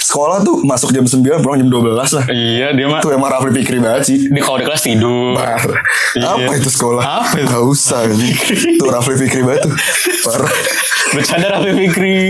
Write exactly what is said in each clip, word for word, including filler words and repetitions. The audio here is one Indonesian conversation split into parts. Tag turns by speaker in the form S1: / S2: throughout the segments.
S1: sekolah tuh masuk jam sembilan pulang jam dua belas lah.
S2: Iya dia mah.
S1: Tuh emang Rafli Fikri banget sih.
S2: Di kalau di kelas tidur.
S1: Bar.
S2: Iya.
S1: Apa itu sekolah?
S2: Apa itu?
S1: Gak usah ini. Tuh Rafli Fikri banget tuh. Parah.
S2: Bercanda Rafli Fikri.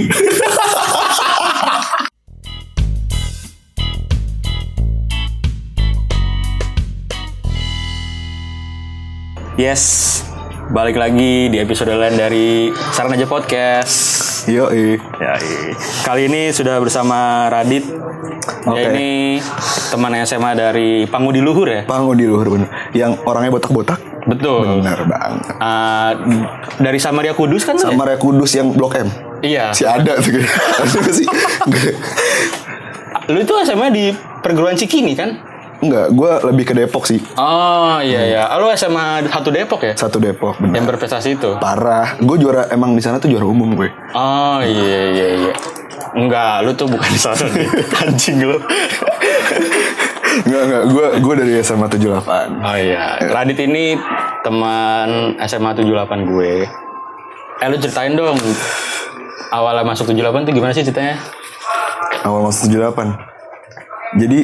S2: Yes, balik lagi di episode lain dari Saran Aja Podcast.
S1: Yoi.
S2: Yoi. Kali ini sudah bersama Radit. Dia
S1: Oke.
S2: ini teman S M A dari Pangudi Luhur ya.
S1: Pangudi Luhur bener. Yang orangnya botak-botak.
S2: Betul.
S1: Bener banget.
S2: Uh, dari Samaria Kudus kan? tuh ya?
S1: Samaria Kudus yang Blok M.
S2: Iya.
S1: Si ada tuh. Ada gak sih?
S2: Lu itu S M A di perguruan Cikini kan?
S1: Enggak, gue lebih ke Depok sih.
S2: Oh iya iya. Lu S M A satu Depok ya?
S1: Satu Depok bener.
S2: Yang berprestasi itu.
S1: Parah. Gue juara emang di sana tuh juara umum gue.
S2: Oh iya iya iya. Enggak, lu tuh bukan di sana nih. Anjing lu.
S1: Enggak enggak, gue gue dari S M A tujuh puluh delapan.
S2: Oh iya. Radit ini teman S M A tujuh puluh delapan gue. Eh lu ceritain dong. Awalnya masuk tujuh puluh delapan tuh gimana sih ceritanya?
S1: Awal masuk tujuh puluh delapan. Jadi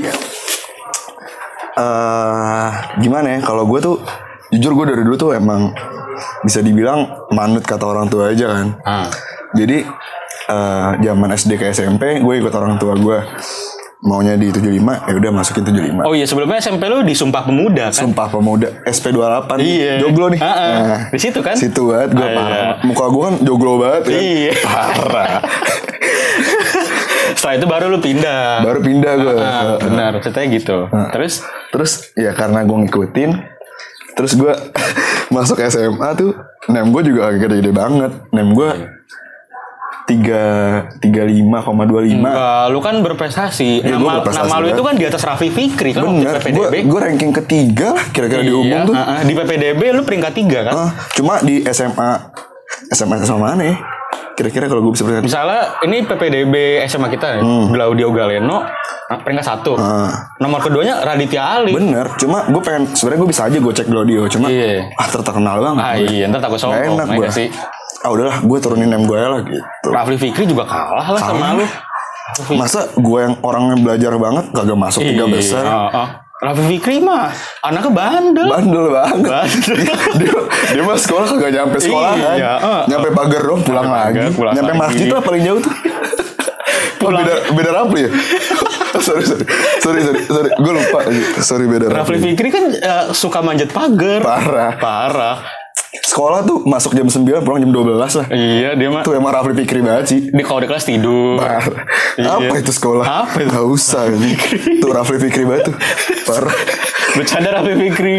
S1: uh, gimana ya? Kalau gue tuh jujur gue dari dulu tuh emang bisa dibilang manut kata orang tua aja kan.
S2: Ah.
S1: Jadi uh, zaman S D ke S M P gue ikut orang tua gue. Maunya di tujuh puluh lima, ya udah masukin tujuh puluh lima.
S2: Oh iya, sebelumnya S M P lu di Sumpah Pemuda kan?
S1: Sumpah Pemuda S P dua puluh delapan.
S2: Iya.
S1: Joglo nih.
S2: Uh-uh.
S1: Nah,
S2: di situ kan?
S1: Situ banget gue
S2: Ah,
S1: parah.
S2: iya.
S1: Muka gue kan joglo banget kan.
S2: Iya.
S1: Parah.
S2: Setelah itu baru lu pindah.
S1: Baru pindah gue.
S2: Ah, benar, ceritanya gitu.
S1: Nah,
S2: Terus
S1: Terus ya karena gue ngikutin. Terus gue masuk S M A tuh nem gue juga agak gede-gede banget. Nem gue tiga tiga lima koma dua lima.
S2: enggak, lu kan berprestasi.
S1: Ya,
S2: nama
S1: gua berprestasi
S2: nama lu
S1: banget.
S2: itu kan di atas Rafli Fikri kan
S1: Bener.
S2: waktu P P D
S1: Gue
S2: B.
S1: gue ranking ketiga lah kira-kira di umum tuh.
S2: uh-uh. Di P P D B lu peringkat tiga kan?
S1: Ah, cuma di S M A S M A S M A mana ya? Kira-kira kalau gue bisa berkata.
S2: Misalnya ini P P D B S M A kita ya, Glaudio Galeno peringkat satu.
S1: Ah.
S2: Nomor keduanya Raditya Ali.
S1: Bener, cuma gue pengen sebenarnya gue bisa aja gue cek dulu dia, cuma
S2: Iya.
S1: ah terkenal banget.
S2: Ah
S1: gue.
S2: iya, ntar takut
S1: Nggak
S2: sombong.
S1: enak
S2: ya
S1: gue.
S2: nggak sih?
S1: Ah udahlah, gue turunin nem gue lah gitu.
S2: Rafli Fikri juga kalah lah sama
S1: Kalah.
S2: lu.
S1: Masa gue yang orangnya belajar banget kagak masuk tiga besar?
S2: Iya, uh, uh. Rafli Fikri mah anaknya bandel.
S1: Bandel banget.
S2: Bandel.
S1: dia dia mah sekolah kagak nyampe sekolah kan.
S2: Iya, uh,
S1: nyampe pagar dong pulang
S2: Nyampe
S1: lagi.
S2: pagar, pulang
S1: nyampe
S2: lagi.
S1: masjid lah paling jauh tuh. Oh,
S2: Pulang.
S1: beda beda Rafli ya? sorry sorry sorry sorry sorry gue lupa sorry beda
S2: Rafli
S1: Rafli.
S2: Fikri kan uh, suka manjat pagar.
S1: Parah.
S2: Parah.
S1: Sekolah tuh masuk jam sembilan pulang jam dua belas lah.
S2: Iya, dia mah
S1: Tuh emang Rafli Fikri banget sih.
S2: di kalau di kelas tidur.
S1: Parah.
S2: Iya.
S1: Apa itu sekolah?
S2: Apa itu?
S1: Gak usah ini. Tuh Rafli Fikri banget tuh. Parah.
S2: Bercanda Rafli Fikri.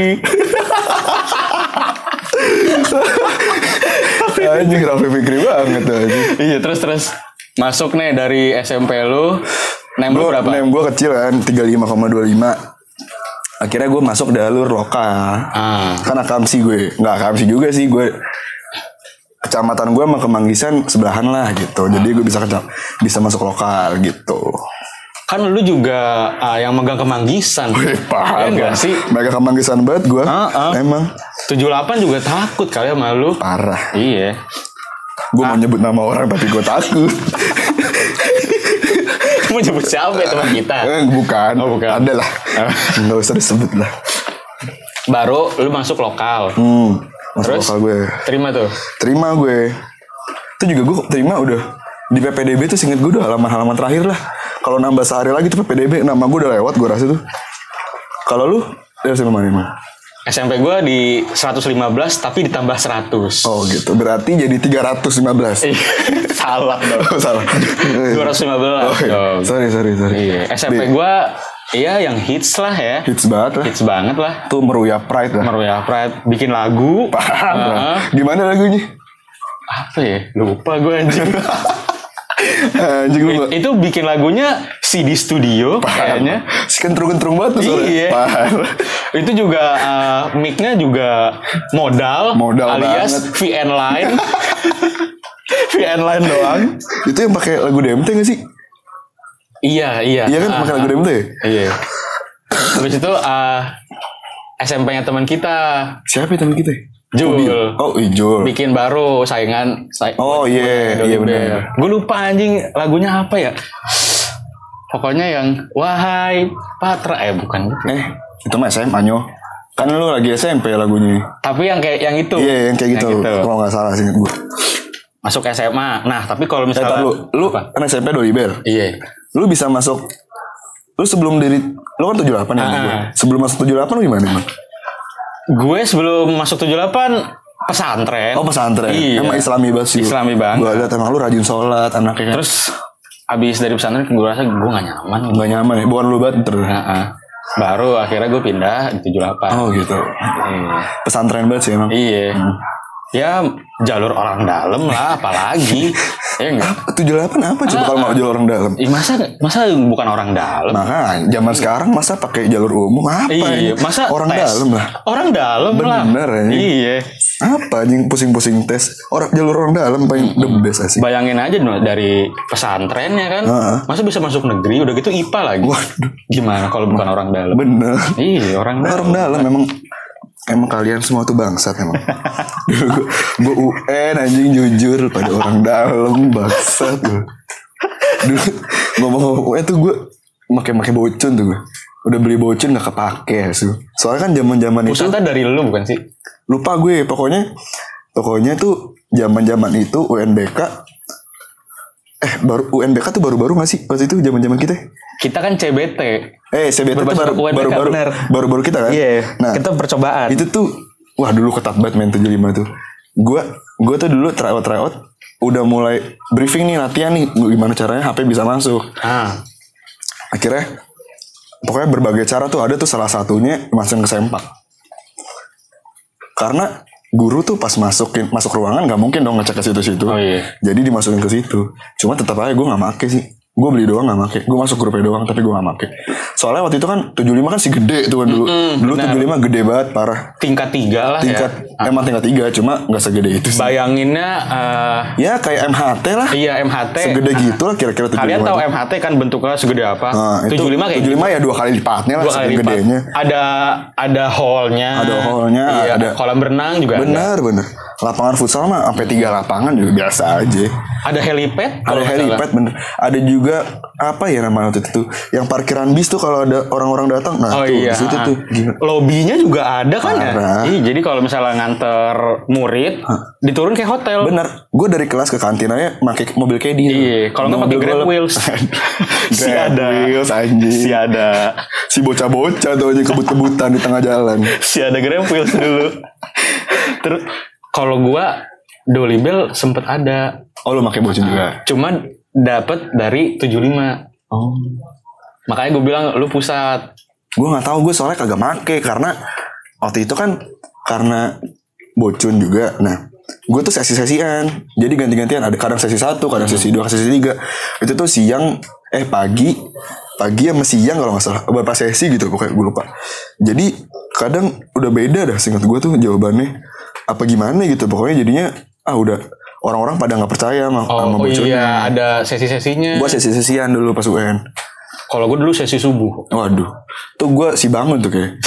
S1: Anjing Rafli Fikri banget tuh anjing.
S2: Iya, terus terus masuk nih dari S M P lu. Nem lu
S1: Gue
S2: berapa?
S1: nem gue kecil kan tiga puluh lima koma dua lima. Akhirnya gue masuk jalur lokal.
S2: Ah.
S1: Kan akamsi gue. Nggak akamsi juga sih gue. Kecamatan gue sama Kemanggisan sebelahan lah gitu. Jadi gue bisa kecam bisa masuk lokal gitu.
S2: Kan lu juga ah, yang megang Kemanggisan.
S1: Wih,
S2: Iya
S1: parah.
S2: enggak sih?
S1: Mereka Kemanggisan banget gue.
S2: Ah, ah.
S1: Emang
S2: tujuh puluh delapan juga takut kali sama lu.
S1: parah.
S2: Iya.
S1: Gue mau nyebut nama orang tapi gue takut.
S2: Mau nyebut siapa ya teman kita?
S1: Eh, bukan.
S2: Oh, bukan.
S1: Ada lah. Nggak usah disebut lah.
S2: Baru lu masuk lokal.
S1: Hmm. Masuk
S2: Terus?
S1: lokal gue.
S2: Terima tuh.
S1: Terima gue. Itu juga gue terima udah. Di P P D B tuh seinget gue udah halaman-halaman terakhir lah. Kalau nambah sehari lagi tuh P P D B. Nama gue udah lewat gue rasa tuh. Kalau lu dari sama mana emang?
S2: S M P gue di seratus lima belas tapi ditambah seratus.
S1: Oh gitu. Berarti jadi tiga ratus lima belas.
S2: Salah dong.
S1: Oh salah.
S2: dua ratus lima belas.
S1: Oh, iya. Sorry sorry sorry.
S2: Iya. S M P
S1: Di-
S2: gue iya yang hits lah ya.
S1: Hits banget lah.
S2: Hits banget lah.
S1: Tuh Meruya Pride lah.
S2: Meruya Pride bikin lagu.
S1: Parah.
S2: Heeh.
S1: Gimana lagunya?
S2: Apa ya? Lupa gue anjing.
S1: Anjing lu gak.
S2: Itu bikin lagunya C D Studio kayaknya.
S1: Si kentrung-kentrung banget tuh suaranya.
S2: Iya.
S1: Parah.
S2: Itu juga uh, mic-nya juga modal,
S1: Modal
S2: alias
S1: banget.
S2: V N Line. V N Line doang.
S1: Itu yang pakai lagu D M T gak sih?
S2: Iya, iya.
S1: Iya kan
S2: Ah,
S1: pakai lagu
S2: ah.
S1: D M T ya?
S2: Iya. Habis itu uh, S M P-nya teman kita,
S1: Siapa ya teman kita?
S2: Jul.
S1: Oh Ijul.
S2: Bikin baru saingan say-
S1: Oh, iya.
S2: Doli
S1: Iya,
S2: Bell.
S1: benar.
S2: Gue lupa anjing lagunya apa ya. Pokoknya yang wahai Patra eh bukan gitu.
S1: Eh, itu mah S M A nyo. Kan lu lagi S M P lagunya.
S2: Tapi yang kayak yang itu.
S1: Iya, yang kayak gitu.
S2: Yang gitu.
S1: Kalau nggak salah sih gue.
S2: Masuk S M A. Nah, tapi kalau
S1: Eh,
S2: misalnya
S1: tar lu, lu kan S M P Dolibel.
S2: Iya.
S1: Lu bisa masuk. Lu sebelum diri, lu kan tujuh puluh delapan ya.
S2: Ah.
S1: Gue. Sebelum masuk tujuh puluh delapan lu gimana emang?
S2: Gue sebelum masuk tujuh puluh delapan pesantren.
S1: Oh pesantren.
S2: Iya.
S1: Emang Islami banget sih.
S2: Islami banget.
S1: Gue liat emang lu rajin sholat anaknya. Kan?
S2: Terus abis dari pesantren gue rasa gue gak nyaman.
S1: Gak nyaman ya. Bukan lu banget terus.
S2: Nah, baru akhirnya gue pindah di tujuh puluh delapan.
S1: Oh gitu.
S2: Iya.
S1: Pesantren banget sih emang.
S2: Iya.
S1: Hmm.
S2: Ya jalur orang dalam lah apalagi. Ya enggak.
S1: tujuh puluh delapan apa coba
S2: Ah,
S1: kalau mau jalur orang dalam?
S2: Ih, masa masa bukan orang dalam?
S1: Nah, zaman sekarang masa pakai jalur umum apa?
S2: Iya,
S1: ini?
S2: masa
S1: orang
S2: tes?
S1: dalam lah.
S2: Orang dalam lah.
S1: Bener ya.
S2: Iya.
S1: Apa anjing pusing-pusing tes? Orang jalur orang dalam paling the best asik.
S2: Bayangin aja no, dari pesantren ya kan.
S1: Heeh.
S2: Masa bisa masuk negeri udah gitu I P A lagi.
S1: Waduh.
S2: Gimana kalau bukan orang dalam?
S1: Bener.
S2: Iya, orang dalam.
S1: Orang dalam memang emang kalian semua tuh bangsat emang. Dulu gue U N anjing jujur pada orang dalam bangsat gue. Dulu ngomong-ngomong U N tuh gue make-make bocun tuh gue. Udah beli bocun gak kepake su. Soalnya kan zaman-zaman itu
S2: Pusatnya dari lu bukan sih?
S1: lupa gue pokoknya pokoknya tuh zaman-zaman itu U N B K eh baru U N B K tuh baru-baru gak sih waktu itu zaman-zaman kita?
S2: Kita kan C B T.
S1: Eh C B T tuh
S2: Berbasis
S1: baru
S2: U N B K,
S1: baru-baru
S2: bener.
S1: baru-baru kita kan?
S2: Iya.
S1: Nah,
S2: Kita percobaan.
S1: itu tuh wah dulu ketat banget main tujuh puluh lima tuh. Gue gue tuh dulu tryout tryout udah mulai briefing nih latihan nih gimana caranya H P bisa masuk.
S2: Ah.
S1: Akhirnya pokoknya berbagai cara tuh ada tuh salah satunya masukin ke sempak. Karena guru tuh pas masukin masuk ruangan nggak mungkin dong ngecek ke situ-situ.
S2: Oh, iya.
S1: Jadi dimasukin ke situ. Cuma tetap aja gue nggak make sih. Gue beli doang gak make. Gue masuk grupnya doang tapi gue gak make. Soalnya waktu itu kan tujuh puluh lima kan si gede tuh kan dulu.
S2: Mm-mm,
S1: dulu
S2: benar.
S1: tujuh puluh lima gede banget parah.
S2: Tingkat tiga lah
S1: Tingkat
S2: ya.
S1: emang tingkat tiga cuma gak segede itu sih.
S2: Bayanginnya eh,
S1: Ya kayak M H T lah.
S2: iya M H T.
S1: Segede gitu lah kira-kira tujuh puluh lima.
S2: Kalian tahu
S1: tuh.
S2: M H T kan bentuknya segede apa?
S1: Nah, itu
S2: tujuh puluh lima kayak
S1: tujuh puluh lima ya dua kali lipatnya lah
S2: dua kali
S1: saking
S2: lipat.
S1: gedenya.
S2: Ada ada hallnya.
S1: Ada hallnya,
S2: Iya,
S1: ada
S2: kolam renang juga ada.
S1: Bener bener. Lapangan futsal mah sampai tiga lapangan juga biasa aja.
S2: Ada helipad.
S1: Ada
S2: kalau nggak
S1: helipad bener. Ada juga apa ya namanya waktu itu? Yang parkiran bis tuh kalau ada orang-orang datang. Nah
S2: Oh
S1: tuh
S2: iya.
S1: di situ tuh. Gila.
S2: Lobinya juga ada kan
S1: Parah.
S2: ya? Iya, jadi kalau misalnya nganter murid, diturun kayak hotel.
S1: Bener. Gue dari kelas ke kantin aja pakai mobil caddy.
S2: Iya, kalau nggak pakai
S1: Mobil
S2: Grab
S1: golf.
S2: Wheels. Si
S1: Grab
S2: ada.
S1: Wheels anjing.
S2: Si ada.
S1: Si bocah-bocah tuh aja kebut-kebutan di tengah jalan.
S2: Si ada Grab Wheels dulu. Terus kalau gua Dolibel sempet ada.
S1: Oh lu pakai bocin juga.
S2: Cuma dapat dari tujuh puluh lima.
S1: Oh.
S2: Makanya gue bilang lu pusat.
S1: Gue nggak tahu gue soalnya kagak make karena waktu itu kan karena bocun juga. Nah, gue tuh sesi-sesian. Jadi ganti-gantian. Ada kadang sesi satu, kadang sesi dua, sesi tiga. Itu tuh siang, eh pagi, pagi sama siang kalau nggak salah. Berapa sesi gitu pokoknya gue lupa. Jadi kadang udah beda dah singkat gue tuh jawabannya. Apa gimana gitu. Pokoknya jadinya ah udah orang-orang pada nggak percaya sama, sama
S2: Oh
S1: bocornya.
S2: iya, ada sesi-sesinya.
S1: Gue sesi-sesian dulu pas U N.
S2: Kalau gue dulu sesi subuh.
S1: Waduh, tuh gue si bangun tuh kayak,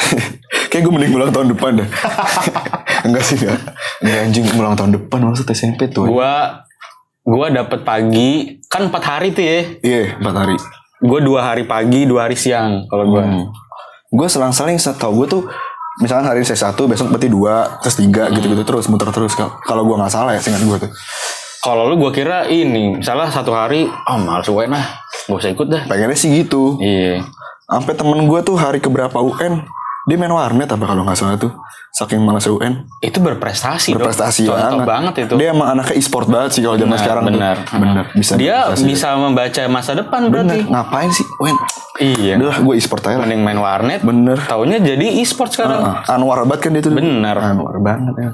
S1: kayak gue mending ulang tahun depan dah. Enggak sih enggak, enggak anjing ulang tahun depan maksud S M P tuh.
S2: Gua gua dapat pagi, kan empat hari tuh ya.
S1: Iya empat hari.
S2: Gua dua hari pagi, dua hari siang kalau gua.
S1: Hmm. Gue selang-seling setahu gue tuh, misalnya hari ini saya satu, besok berarti dua, terus tiga gitu-gitu terus muter terus. Kalau gue nggak salah ya, seingat gue tuh.
S2: Kalau lu gua kira ini, misalnya satu hari, oh males U N lah, gak usah ikut dah.
S1: Pengennya sih gitu.
S2: Iya.
S1: Sampai temen gue tuh hari keberapa U N, dia main warnet apa kalau nggak salah tuh. Saking malasnya U N.
S2: Itu berprestasi.
S1: Berprestasi
S2: dong. Contoh
S1: banget.
S2: banget itu.
S1: Dia emang anaknya e-sport banget sih kalau zaman
S2: Benar,
S1: sekarang
S2: benar.
S1: tuh. Bener. Bisa
S2: Dia
S1: berprestasi.
S2: bisa membaca masa depan berarti.
S1: Bener. Ngapain sih U N?
S2: Iya.
S1: Udah lah gue e-sport aja lah.
S2: Mending main warnet.
S1: Bener.
S2: Taunya jadi e-sport sekarang.
S1: Ah, Anwar banget kan dia tuh.
S2: Bener.
S1: Anwar banget ya.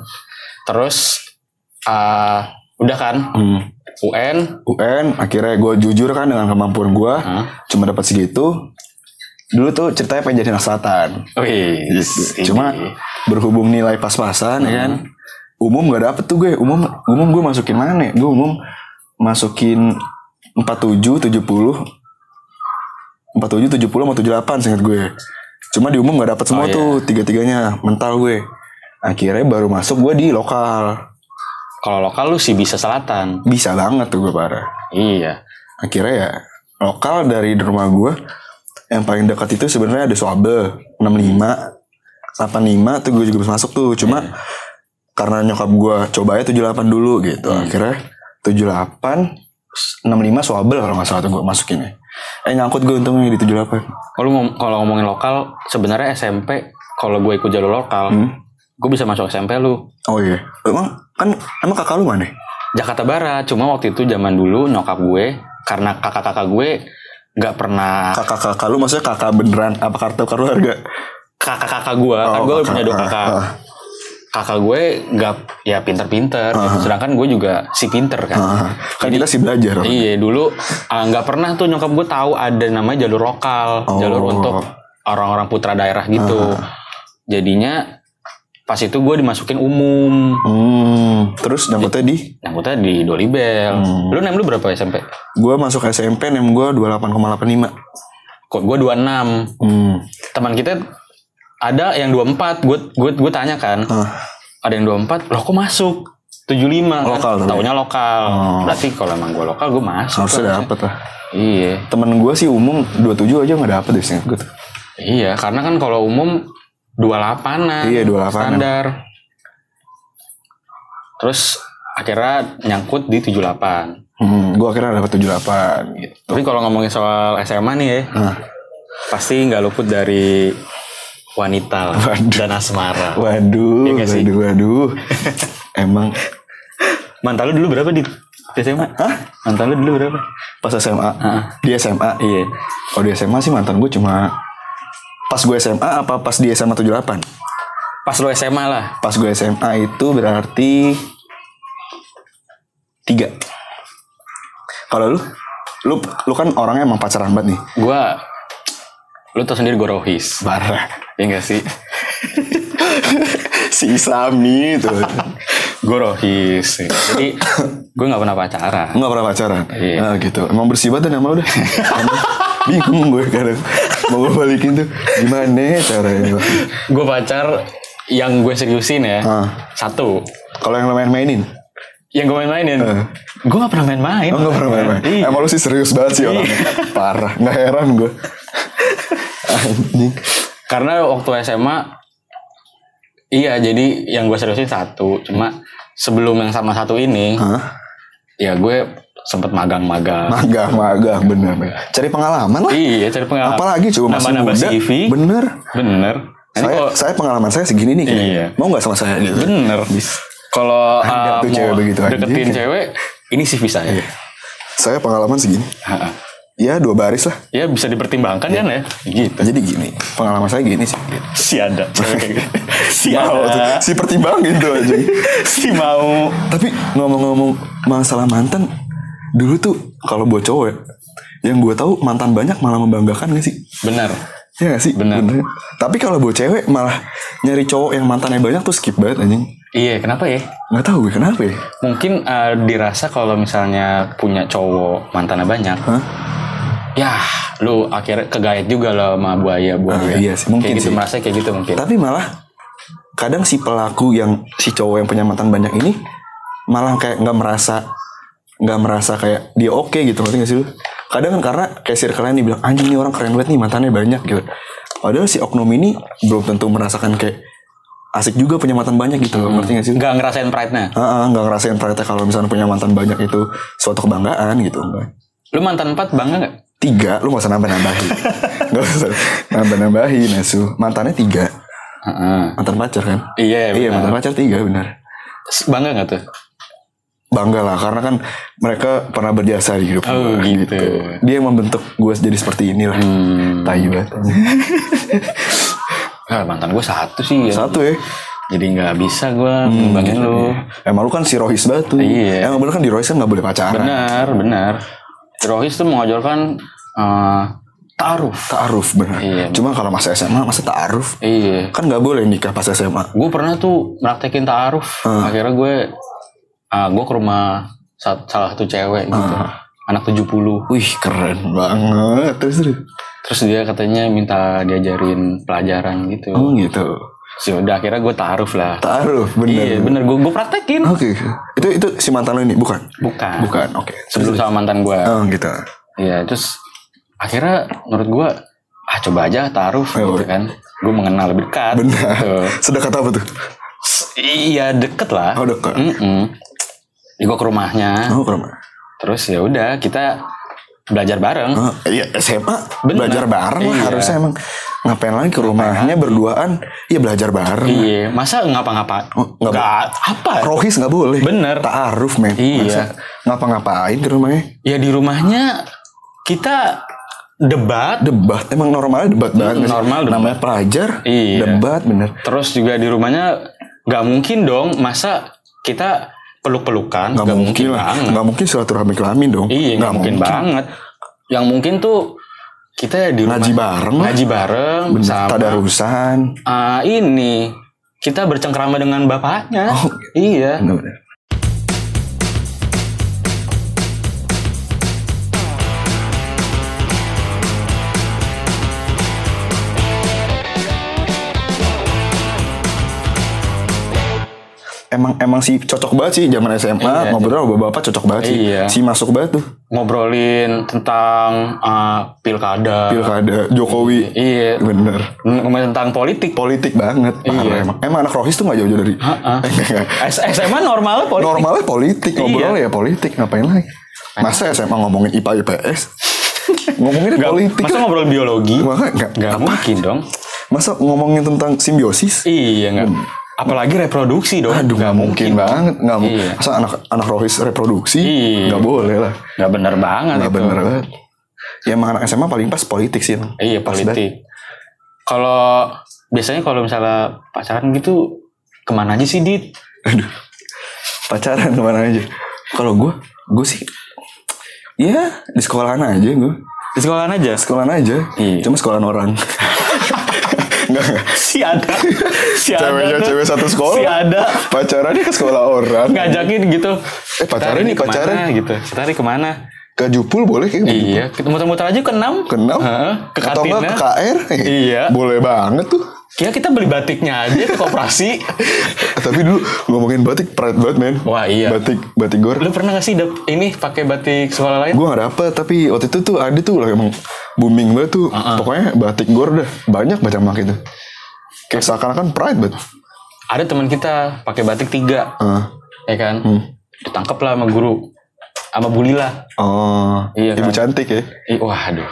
S2: Terus ah, udah kan
S1: Hmm.
S2: U N.
S1: U N akhirnya gue jujur kan dengan kemampuan gue.
S2: Hah?
S1: Cuma dapat segitu. Dulu tuh ceritanya pengen jadi anak selatan.
S2: Wih,
S1: Gitu. Cuma berhubung nilai pas-pasan ya kan. Umum gak dapet tuh gue. Umum umum gue masukin mana ya? Gue umum masukin empat puluh tujuh, tujuh puluh empat puluh tujuh, tujuh puluh sama tujuh puluh delapan seingat gue. Cuma di umum gak dapet semua
S2: Oh, iya.
S1: tuh. Tiga-tiganya mental gue. Akhirnya baru masuk gue di lokal.
S2: kalau lokal lu sih bisa selatan.
S1: Bisa banget tuh gue parah.
S2: Iya.
S1: Akhirnya ya lokal dari rumah gue yang paling dekat itu sebenarnya ada Soabe enam puluh lima, delapan puluh lima tuh gue juga bisa masuk tuh. Cuma yeah. karena nyokap gue coba ya tujuh puluh delapan dulu gitu. Hmm. Akhirnya tujuh puluh delapan, enam puluh lima Soabe kalau nggak salah tuh gue masukin ya. Eh nyangkut gue untungnya di tujuh puluh delapan.
S2: Kalau ngom- kalau ngomongin lokal, sebenarnya S M P kalau gue ikut jalur lokal, hmm? gue bisa masuk S M P lu.
S1: Oh iya. Emang kan emang kakak lu mana?
S2: Jakarta Barat. Cuma waktu itu zaman dulu nyokap gue, karena kakak-kakak gue nggak pernah.
S1: Kakak-kakak lu maksudnya kakak beneran apa kartu keluarga?
S2: Kakak-kakak gue, oh, kan gue kakak, punya dua kakak. Uh, uh. Kakak gue nggak ya pinter-pinter, uh, gitu. Sedangkan gue juga si pinter kan. Uh,
S1: kan Jadi, kita si belajar.
S2: Iya dulu nggak uh, pernah tuh nyokap gue tahu ada namanya jalur lokal, oh. jalur untuk orang-orang putra daerah gitu. Uh. Jadinya pas itu gue dimasukin umum.
S1: Hmm. Terus nambutnya di?
S2: Nambutnya di Dolibel. Hmm. Lu nem lu berapa S M P?
S1: Gue masuk S M P nem gue dua puluh delapan koma delapan lima.
S2: Kok gue dua puluh enam. Hmm. Teman kita ada yang dua puluh empat. Gue gue gue tanya kan. Uh. Ada yang dua puluh empat. Loh kok masuk? tujuh puluh lima
S1: lokal
S2: kan? Taunya lokal. Oh. Berarti kalau emang gue lokal gue masuk.
S1: Harusnya dapet lah.
S2: Iya.
S1: Temen gue sih umum dua puluh tujuh aja gak dapet deh sih gue tuh.
S2: Iya, karena kan kalau umum dua puluh delapan-an.
S1: Iya, dua puluh delapan
S2: standar. Terus akhirnya nyangkut di tujuh puluh delapan.
S1: Hmm, gue akhirnya dapet tujuh puluh delapan gitu.
S2: Tapi kalau ngomongin soal S M A nih ya, nah. pasti nggak luput dari wanita waduh. Dan asmara.
S1: Waduh, ya waduh, waduh, waduh. Emang
S2: mantan lu dulu berapa di S M A?
S1: Hah?
S2: Mantan lu dulu berapa?
S1: Pas S M A?
S2: Uh-huh.
S1: Di S M A?
S2: Iya.
S1: Kalau di S M A sih mantan gue cuma pas gue S M A apa pas di S M A tujuh puluh delapan?
S2: Pas lu S M A lah.
S1: Pas gue S M A itu berarti tiga. Kalau lu? Lu lu kan orangnya emang pacaran banget nih.
S2: Gua lu tau sendiri gue rohis.
S1: Barah.
S2: Ya gak sih?
S1: Si Islami tuh.
S2: Gue rohis. Jadi gue gak pernah pacaran.
S1: Gak pernah pacaran?
S2: Iya.
S1: Nah gitu. Emang bersih banget nama lu udah. Bingung gue kadang. Mau gue balikin tuh gimana caranya.
S2: Gue pacar yang gue seriusin ya. Uh. Satu.
S1: Kalau yang lo main-mainin?
S2: Yang gue main-mainin? Uh. Gue gak pernah main-main.
S1: Oh gak pernah main-main? Iya. Emang lu sih serius banget sih orangnya. Parah. Gak heran gue.
S2: Karena waktu S M A iya jadi yang gue seriusin satu. Cuma sebelum yang sama satu ini huh? ya gue sempet magang-magang.
S1: Magang-magang bener, bener. Cari pengalaman lah.
S2: Iya cari pengalaman.
S1: Apalagi coba masih
S2: nambah-nambah
S1: muda.
S2: C V.
S1: Bener.
S2: Bener.
S1: Saya,
S2: kalo,
S1: saya pengalaman saya segini nih.
S2: Iya.
S1: Mau gak sama saya gitu?
S2: Bener. Kalau uh, mau
S1: cewek
S2: deketin aja. Cewek ini C V saya.
S1: Iya. Saya pengalaman segini. Ya dua baris lah.
S2: Ya bisa dipertimbangkan ya. Kan ya. Gitu.
S1: Jadi gini, pengalaman saya gini sih.
S2: Si ada.
S1: si mau ada. Si pertimbangin tuh aja.
S2: Si mau.
S1: Tapi ngomong-ngomong masalah mantan, dulu tuh kalau buat cowok yang gue tahu mantan banyak malah membanggakan gak sih?
S2: Benar.
S1: Ya gak sih?
S2: Benar.
S1: Bener. Tapi kalau buat cewek malah nyari cowok yang mantannya banyak tuh skip banget anjing.
S2: Iya, kenapa ya?
S1: Gak tahu gue kenapa ya.
S2: Mungkin uh, dirasa kalau misalnya punya cowok mantannya banyak. Hah? Ya, lu akhirnya kegait juga lah sama buaya-buaya.
S1: Ah, iya sih, mungkin
S2: kayak gitu,
S1: sih.
S2: merasa kayak gitu mungkin.
S1: Tapi malah kadang si pelaku yang si cowok yang punya mantan banyak ini malah kayak nggak merasa nggak merasa kayak dia oke okay gitu, ngerti nggak sih lu? Kadang kan karena kayak circle-nya nih bilang anjing nih orang keren banget nih mantannya banyak gitu. Padahal si oknum ini belum tentu merasakan kayak asik juga punya mantan banyak gitu loh, hmm. ngerti gak sih?
S2: Gak ngerasain pride-nya?
S1: Heeh, gak ngerasain pride-nya kalau misalnya punya mantan banyak itu suatu kebanggaan gitu.
S2: Lu mantan empat bangga gak?
S1: Tiga, lu gak usah nambah-nambahin. Gak usah nambah-nambahin, Nesu. Mantannya tiga.
S2: Uh-uh.
S1: Mantan pacar kan?
S2: Iya,
S1: Iya, mantan pacar tiga, benar.
S2: Bangga gak tuh?
S1: Bangga lah, karena kan mereka pernah berjasa di hidup
S2: oh, gue gitu. gitu.
S1: Dia yang membentuk gue jadi seperti inilah. Hmm. Tai banget.
S2: Nah, mantan gue satu sih ya.
S1: Satu ya.
S2: Jadi gak bisa gue hmm, ngembangin gitu, lu.
S1: Iya. Emang lu kan si Rohis banget tuh.
S2: Iya.
S1: Emang bener kan di Rohis kan gak boleh pacaran.
S2: Benar, benar. Si Rohis tuh mengajarkan uh, ta'aruf.
S1: Ta'aruf benar.
S2: Iya,
S1: cuma kalau masa S M A masa ta'aruf.
S2: Iya.
S1: Kan gak boleh nikah pas S M A.
S2: Gue pernah tuh praktekin ta'aruf. Hmm. Akhirnya gue uh, gue ke rumah salah satu cewek gitu. Hmm. Anak tujuh puluh.
S1: Wih keren banget. Terus terus.
S2: Terus dia katanya minta diajarin pelajaran gitu.
S1: Oh gitu.
S2: Si udah akhirnya gue ta'aruf lah.
S1: Ta'aruf bener.
S2: Iya bener gue gue praktekin.
S1: Oke. Okay. Itu itu si mantan lo ini bukan?
S2: Bukan.
S1: Bukan. Oke. Okay.
S2: Sebelum sama mantan gue.
S1: Oh gitu.
S2: Iya terus akhirnya menurut gue ah coba aja taruh
S1: Oh,
S2: gitu kan. Gue mengenal lebih dekat.
S1: Benar.
S2: Gitu.
S1: Sedekat apa tuh?
S2: Iya deket lah.
S1: Oh dekat.
S2: Gue ke rumahnya.
S1: Oh ke rumah.
S2: Terus ya udah kita belajar bareng.
S1: Oh, iya S M A
S2: Bener.
S1: belajar bareng lah
S2: Iya.
S1: harusnya emang. Ngapain lagi ke rumahnya berduaan? Iya belajar bareng.
S2: Iya, masa ngapa-ngapa?
S1: Oh, nggak
S2: nggak apa?
S1: Rohis nggak boleh.
S2: Bener.
S1: Ta'aruf men.
S2: Iya.
S1: Masa ngapa-ngapain ke rumahnya?
S2: Ya di rumahnya kita debat.
S1: Debat. Emang normalnya debat banget. nggak sih?
S2: normal debat.
S1: Namanya pelajar.
S2: Iya.
S1: Debat bener.
S2: Terus juga di rumahnya nggak mungkin dong, masa kita peluk-pelukan?
S1: Nggak mungkin lah.
S2: banget.
S1: Nggak mungkin silaturahmi kelamin dong.
S2: Iya, nggak mungkin, banget. Yang mungkin tuh kita di rumah
S1: Ngaji bareng lah.
S2: ngaji bareng
S1: Bener.
S2: sama
S1: Tadarusan.
S2: ah, ini kita bercengkrama dengan bapaknya.
S1: Oh,
S2: iya.
S1: Bener-bener. Emang emang sih cocok banget sih zaman S M A
S2: Iya,
S1: ngobrol sama bapak cocok banget sih.
S2: Iya.
S1: Si masuk banget tuh.
S2: Ngobrolin tentang ah, pilkada.
S1: Pilkada Jokowi.
S2: Iya.
S1: Bener.
S2: Ngomongin tentang politik.
S1: Politik banget.
S2: Iya.
S1: Parah emang. Emang anak Rohis tuh gak jauh-jauh dari.
S2: Heeh.
S1: Enggak, enggak.
S2: S- SMA normalnya politik.
S1: Normalnya politik. Ngobrol ya politik. Ngapain lagi. Masa S M A ngomongin I P A I P S? Ngomongin
S2: Nggak-
S1: politik.
S2: Masa ngobrol biologi?
S1: Masa enggak.
S2: Nggak mungkin dong.
S1: Masa ngomongin tentang simbiosis?
S2: Iya nggak. Apalagi reproduksi dong.
S1: Aduh nggak mungkin banget. Nggak mungkin.
S2: Iya.
S1: Masa anak anak Rohis reproduksi?
S2: Iya.
S1: Nggak boleh lah.
S2: Nggak bener banget
S1: Nggak
S2: itu.
S1: bener banget. Ya emang anak S M A paling pas politik sih. emang.
S2: Iya
S1: Pas
S2: politik. Kalau biasanya kalau misalnya pacaran gitu kemana aja sih Dit?
S1: Aduh, pacaran kemana aja? Kalau gue, gue sih, ya di sekolahan aja gue.
S2: Di sekolahan aja.
S1: Sekolahan aja.
S2: Iya.
S1: Cuma sekolahan orang. Enggak, enggak.
S2: Si ada. Si ada.
S1: Ceweknya
S2: tuh.
S1: cewek satu sekolah.
S2: Si ada.
S1: Pacarannya ke sekolah orang.
S2: Ngajakin gitu.
S1: Eh pacaran
S2: Kita
S1: nih
S2: hari
S1: pacaran.
S2: kemana gitu. Kita hari kemana?
S1: Ke Jupul boleh kayak gitu.
S2: Iya. Kita muter-muter aja ke enam.
S1: Ke enam.
S2: Heeh, ke
S1: Atau enggak ke K R.
S2: Iya.
S1: Boleh banget tuh.
S2: Ya kita beli batiknya aja ke koperasi.
S1: Tapi dulu ngomongin batik pride banget men.
S2: Wah, iya.
S1: Batik batik gor.
S2: Lu pernah gak sih dap- ini pakai batik sekolah lain?
S1: Gue gak dapet. Tapi waktu itu tuh ada tuh lah emang booming banget tuh.
S2: Uh-uh.
S1: Pokoknya batik gor dah banyak baca mak itu. Kayak seakan-akan pride banget.
S2: Ada teman kita pakai batik tiga,
S1: Uh,
S2: ya kan?
S1: Hmm.
S2: Ditangkap lah sama guru, sama bulila.
S1: Oh,
S2: Iya
S1: ibu
S2: kan?
S1: cantik ya.
S2: Ih, waduh.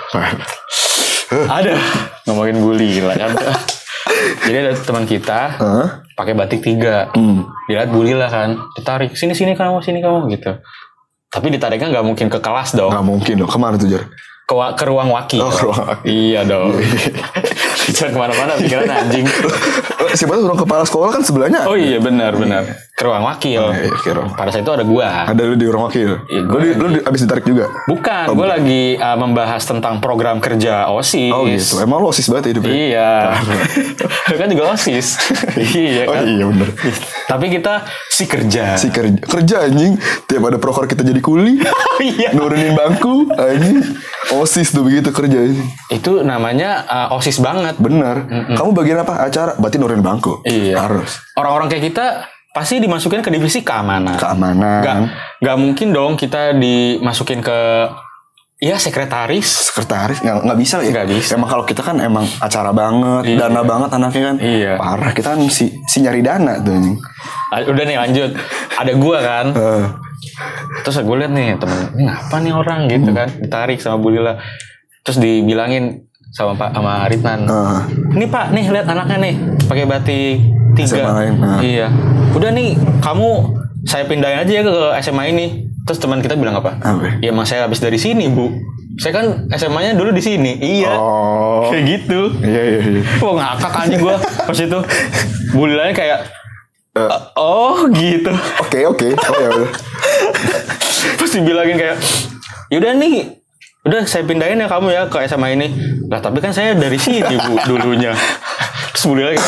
S2: Ada ngomongin bulila kan. Jadi ada teman kita
S1: Hah?
S2: pakai batik tiga,
S1: Hmm.
S2: dilihat bulila kan, ditarik sini sini kamu sini kamu gitu. Tapi ditariknya nggak mungkin ke kelas dong,
S1: Gak mungkin dong. Kemana tuh Jar?
S2: ke, wa- ke ruang wakil.
S1: Oh, ke ruang wakil.
S2: Iya dong. Jangan kemana-mana pikiran anjing.
S1: Siapa tuh orang kepala sekolah kan sebelahnya.
S2: Oh iya benar benar. Ke ruang wakil.
S1: Oh, iya, ke ruang.
S2: Pada saat itu ada gua.
S1: Ada lu di ruang wakil.
S2: Iya,
S1: Lu,
S2: gua
S1: di,
S2: lagi.
S1: lu di, abis ditarik juga.
S2: Bukan,
S1: Oh,
S2: gue
S1: bukan.
S2: lagi uh, membahas tentang program kerja OSIS.
S1: Oh gitu. Emang lu osis banget ya hidupnya.
S2: Iya. Lu kan juga OSIS. Iya
S1: Oh
S2: kan.
S1: iya bener.
S2: Tapi kita si kerja.
S1: Si kerja, kerja anjing. Tiap ada proker kita jadi kuli.
S2: Iya.
S1: Nurunin bangku anjing. Osis tuh begitu kerja anjing.
S2: Itu namanya uh, OSIS banget.
S1: Bener. Kamu bagian apa? Acara. Berarti nurunin bangku.
S2: Iya.
S1: Harus.
S2: Orang-orang kayak kita pasti dimasukin ke divisi keamanan.
S1: Keamanan.
S2: Gak, gak mungkin dong kita dimasukin ke ya sekretaris.
S1: Sekretaris nggak nggak bisa ya.
S2: Nggak bisa.
S1: Emang kalau kita kan emang acara banget,
S2: Iya.
S1: dana banget anaknya kan.
S2: Iya.
S1: Parah kita kan si si nyari dana tuh anjing.
S2: Ah, Udah nih lanjut. Ada gua kan.
S1: Eh,
S2: Terus gue liat nih temen, ini ngapa nih orang gitu kan, ditarik sama bulila. Terus dibilangin sama Pak sama Ritman,
S1: eh.
S2: ini Pak nih lihat anaknya nih pakai batik
S1: S M A
S2: tiga.
S1: lain, nah.
S2: Iya. Udah nih kamu saya pindahin aja ya ke S M A ini. Terus teman kita bilang apa?
S1: Apa?
S2: Ya emang saya habis dari sini Bu. Saya kan S M A-nya dulu di sini. Iya.
S1: Oh.
S2: Kayak gitu.
S1: Iya iya iya.
S2: Wah ngakak anjing gue pas itu. Bulilanya kayak
S1: Eh.
S2: oh gitu.
S1: Oke oke. Oh ya udah.
S2: Terus dibilangin kayak yaudah nih udah saya pindahin ya kamu ya ke S M A ini. Lah tapi kan saya dari sini Bu dulunya. Terus Budi lagi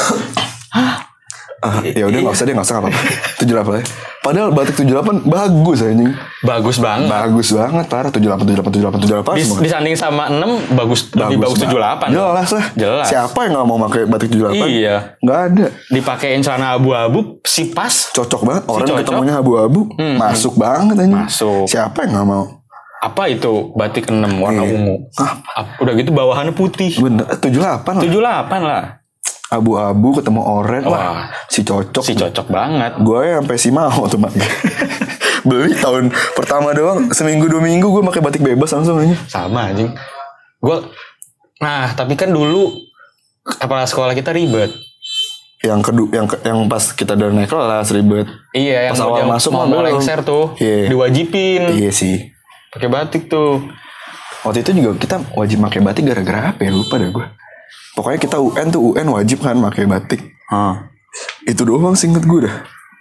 S1: Ah, ya udah nggak usah deh nggak usah nggak apa-apa. tujuh delapan ya. Padahal batik tujuh delapan bagus anjing.
S2: bagus banget.
S1: Bagus banget parah tujuh delapan tujuh delapan tujuh delapan tujuh delapan
S2: Dis,
S1: semua.
S2: disanding sama enam bagus, lebih bagus tujuh puluh delapan.
S1: Jelas lah.
S2: Jelas.
S1: Siapa yang nggak mau pakai batik tujuh delapan?
S2: Iya.
S1: Nggak ada.
S2: Dipakein celana abu-abu si pas.
S1: Cocok banget. Orang
S2: cocok.
S1: ketemunya abu-abu. Masuk banget anjing.
S2: Masuk.
S1: Siapa yang nggak mau?
S2: Apa itu batik enam warna
S1: Iya.
S2: ungu?
S1: Ah,
S2: Udah gitu bawahannya putih.
S1: bener. tujuh puluh delapan lah.
S2: tujuh puluh delapan lah.
S1: Abu-abu ketemu oranye.
S2: Wah.
S1: Wah, si cocok.
S2: Si cocok banget.
S1: Gue sampai si mau tuh pakai. Beli tahun pertama doang, seminggu dua minggu gue pakai batik bebas langsung aja.
S2: Sama anjing. Gue Nah, tapi kan dulu kepala sekolah kita ribet.
S1: Yang kedua, yang ke- yang pas kita udah naik kelas ribet.
S2: Iya, yang
S1: Pas awal
S2: mau,
S1: masuk
S2: mau,
S1: mah
S2: mau
S1: belum.
S2: lengser tuh,
S1: Iya.
S2: diwajibin
S1: Iya sih.
S2: pakai batik tuh.
S1: Waktu itu juga kita wajib pakai batik gara-gara apa ya, lupa deh gue. Pokoknya kita U N tuh U N wajib kan pakai batik.
S2: Ah.
S1: Itu doang sih inget gue dah.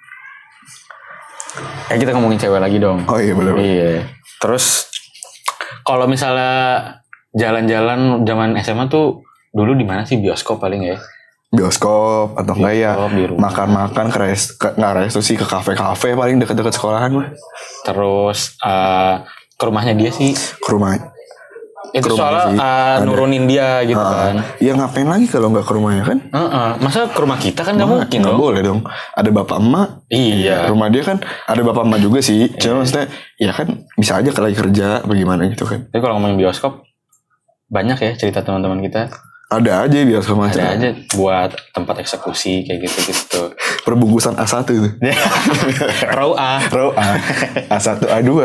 S2: Ya kita ngomongin cewek lagi dong.
S1: Oh iya bener.
S2: Iya. Terus kalau misalnya jalan-jalan zaman S M A tuh dulu di mana sih bioskop paling ya?
S1: Bioskop atau enggak ya
S2: Bioskop di rumah.
S1: makan-makan ke res, ke, nggak resto sih ke kafe-kafe paling deket-deket sekolahan mah.
S2: Terus eh, ke rumahnya dia sih.
S1: Ke rumah.
S2: Itu
S1: Ke rumah
S2: soalnya
S1: sih,
S2: eh,
S1: ada.
S2: nurunin dia gitu
S1: Ah,
S2: kan.
S1: ya ngapain lagi kalau nggak ke rumahnya kan?
S2: Heeh. Masa ke rumah kita kan nggak
S1: Nggak
S2: mungkin
S1: nggak
S2: dong.
S1: boleh dong. Ada bapak emak.
S2: Iya.
S1: Rumah dia kan ada bapak emak juga sih. Cuma maksudnya ya kan bisa aja kalau lagi kerja bagaimana gitu kan.
S2: Tapi kalau ngomongin bioskop banyak ya cerita teman-teman kita.
S1: Ada aja bioskop macam.
S2: Ada aja buat tempat eksekusi kayak gitu-gitu.
S1: Perbungkusan A satu itu.
S2: Row A.
S1: Row A. A satu A dua.